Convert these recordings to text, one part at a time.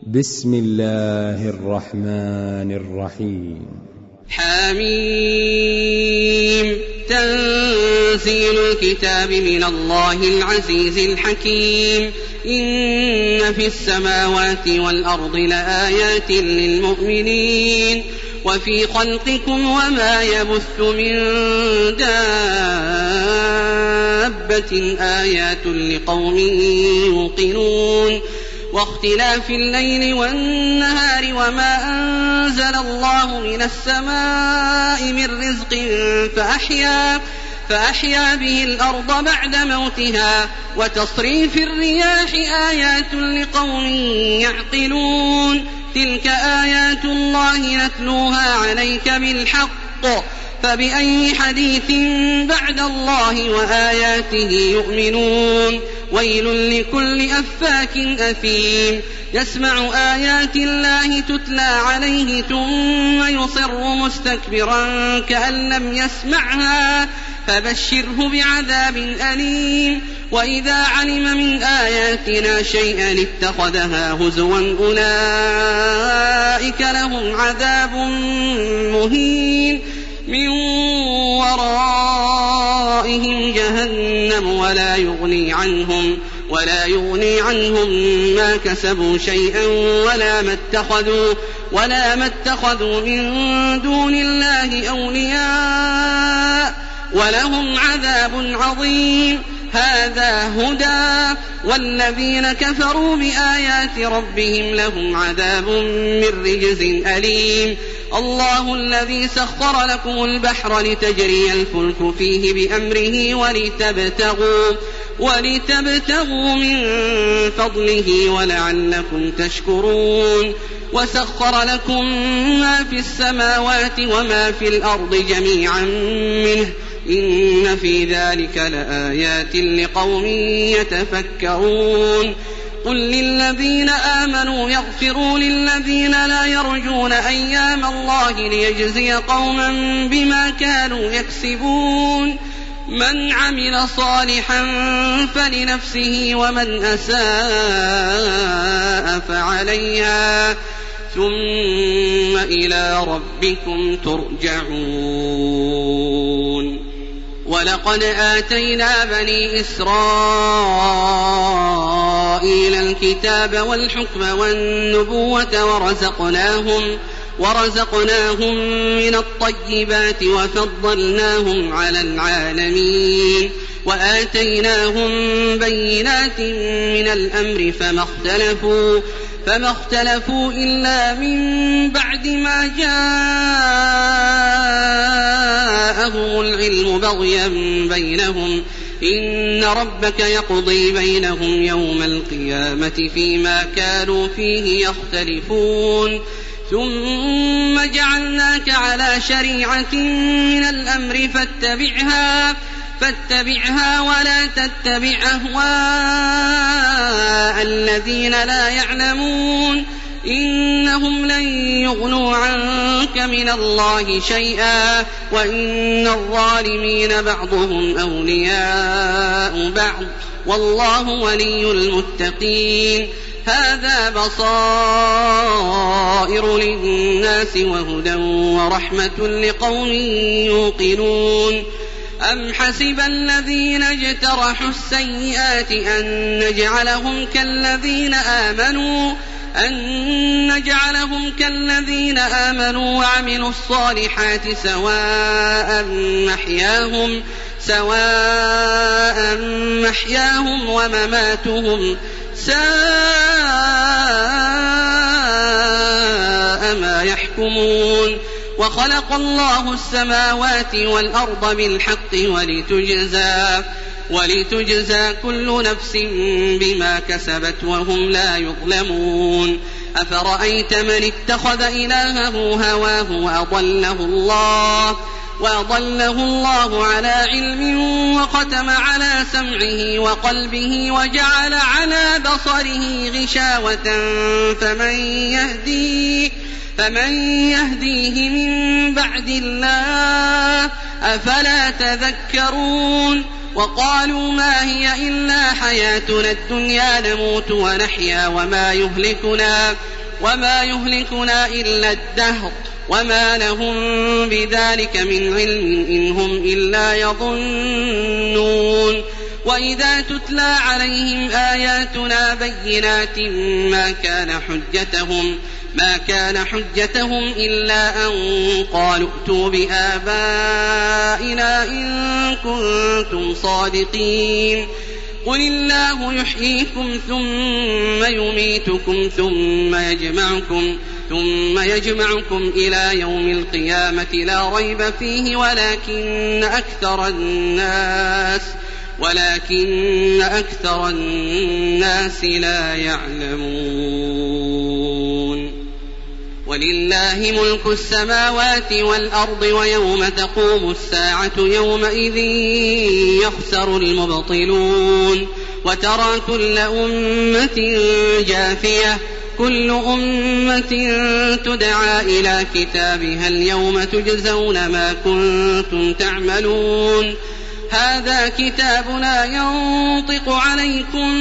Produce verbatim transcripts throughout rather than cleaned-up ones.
بسم الله الرحمن الرحيم. حميم. تنزيل الكتاب من الله العزيز الحكيم. إن في السماوات والأرض لآيات للمؤمنين وفي خلقكم وما يبث من دابة آيات لقوم يوقنون واختلاف الليل والنهار وما أنزل الله من السماء من رزق فأحيا, فأحيا به الأرض بعد موتها وتصريف الرياح آيات لقوم يعقلون تلك آيات الله نتلوها عليك بالحق فبأي حديث بعد الله وآياته يؤمنون ويل لكل أفاك أثيم يسمع آيات الله تتلى عليه ثم يصر مستكبرا كأن لم يسمعها فبشره بعذاب أليم وإذا علم من آياتنا شيئا اتخذها هزوا أولئك لهم عذاب مهين من ورائهم جهنم ولا يغني عنهم ولا يغني عنهم ما كسبوا شيئا ولا ما اتخذوا ولا ما اتخذوا من دون الله أولياء ولهم عذاب عظيم هذا هدى والذين كفروا بآيات ربهم لهم عذاب من رجز أليم الله الذي سخر لكم البحر لتجري الفلك فيه بأمره ولتبتغوا, ولتبتغوا من فضله ولعلكم تشكرون وسخر لكم ما في السماوات وما في الأرض جميعا منه إن في ذلك لآيات لقوم يتفكرون قل للذين آمنوا يغفروا للذين لا يرجون أيام الله ليجزي قوما بما كانوا يكسبون من عمل صالحا فلنفسه ومن أساء فعليها ثم إلى ربكم ترجعون ولقد آتينا بني إسرائيل الكتاب والحكم والنبوة ورزقناهم, ورزقناهم من الطيبات وفضلناهم على العالمين وآتيناهم بينات من الأمر فما اختلفوا, فما اختلفوا إلا من بعد ما جاءهم العلم بغيا بينهم إن ربك يقضي بينهم يوم القيامة فيما كانوا فيه يختلفون ثم جعلناك على شريعة من الأمر فاتبعها فاتبعها ولا تتبع أهواء الذين لا يعلمون إنهم لن يغنوا عنك من الله شيئا وإن الظالمين بعضهم أولياء بعض والله ولي المتقين هذا بصائر للناس وهدى ورحمة لقوم يوقنون أم حسب الذين اجترحوا السيئات أن نجعلهم كالذين آمنوا أن نجعلهم كالذين آمنوا وعملوا الصالحات سواء محياهم سواء محياهم ومماتهم ساء ما يحكمون وخلق الله السماوات والأرض بالحق ولتجزى, ولتجزى كل نفس بما كسبت وهم لا يظلمون أفرأيت من اتخذ إلهه هواه وأضله الله, وأضله الله على علم وختم على سمعه وقلبه وجعل على بصره غشاوة فمن يهديه فمن يهديه من بعد الله أفلا تذكرون وقالوا ما هي إلا حياتنا الدنيا نموت ونحيا وما يهلكنا, وما يهلكنا إلا الدهر وما لهم بذلك من علم إن هم إلا يظنون. وإذا تتلى عليهم آياتنا بينات ما كان حجتهم ما كان حجتهم إلا أن قالوا ائتوا بآبائنا إن كنتم صادقين. قل الله يحييكم ثم يميتكم ثم يجمعكم ثم يجمعكم إلى يوم القيامة لا ريب فيه ولكن أكثر الناس ولكن أكثر الناس لا يعلمون. ولله ملك السماوات والأرض ويوم تقوم الساعة يومئذ يخسر المبطلون. وترى كل أمة جاثية كل أمة تدعى إلى كتابها اليوم تجزون ما كنتم تعملون. هذا كتابنا ينطق عليكم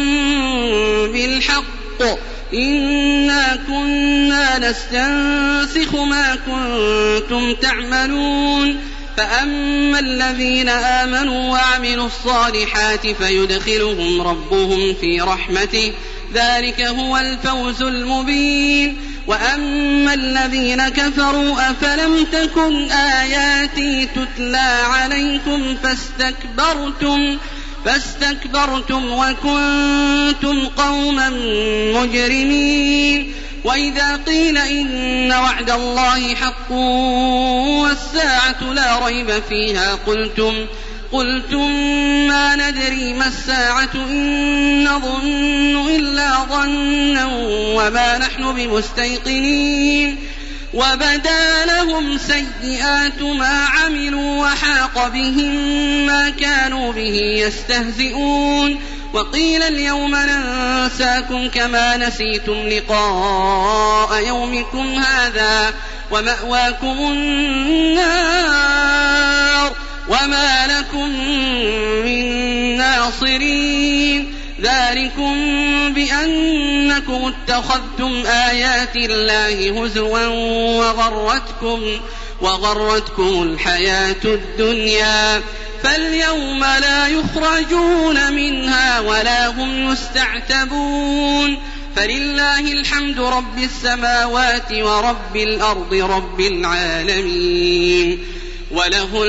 بالحق إنا كنا نستنسخ ما كنتم تعملون. فأما الذين آمنوا وعملوا الصالحات فيدخلهم ربهم في رحمته ذلك هو الفوز المبين. وأما الذين كفروا أفلم تكن آياتي تتلى عليكم فاستكبرتم فاستكبرتم وكنتم قوما مجرمين. وإذا قيل إن وعد الله حق والساعة لا ريب فيها قلتم قلتم ما ندري ما الساعة إن نظن إلا ظنا وما نحن بمستيقنين. وبدا لهم سيئات ما عملوا وحاق بهم ما كانوا به يستهزئون. وقيل اليوم ننساكم كما نسيتم لقاء يومكم هذا ومأواكم النار وما لكم من ناصرين. ذلكم بأنكم اتخذتم آيات الله هزوا وغرتكم, وغرتكم الحياة الدنيا فاليوم لا يخرجون منها ولا هم يستعتبون. فلله الحمد رب السماوات ورب الأرض رب العالمين وله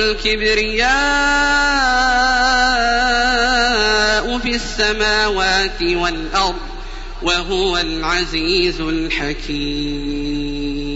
الكبرياء في السماوات والأرض وهو العزيز الحكيم.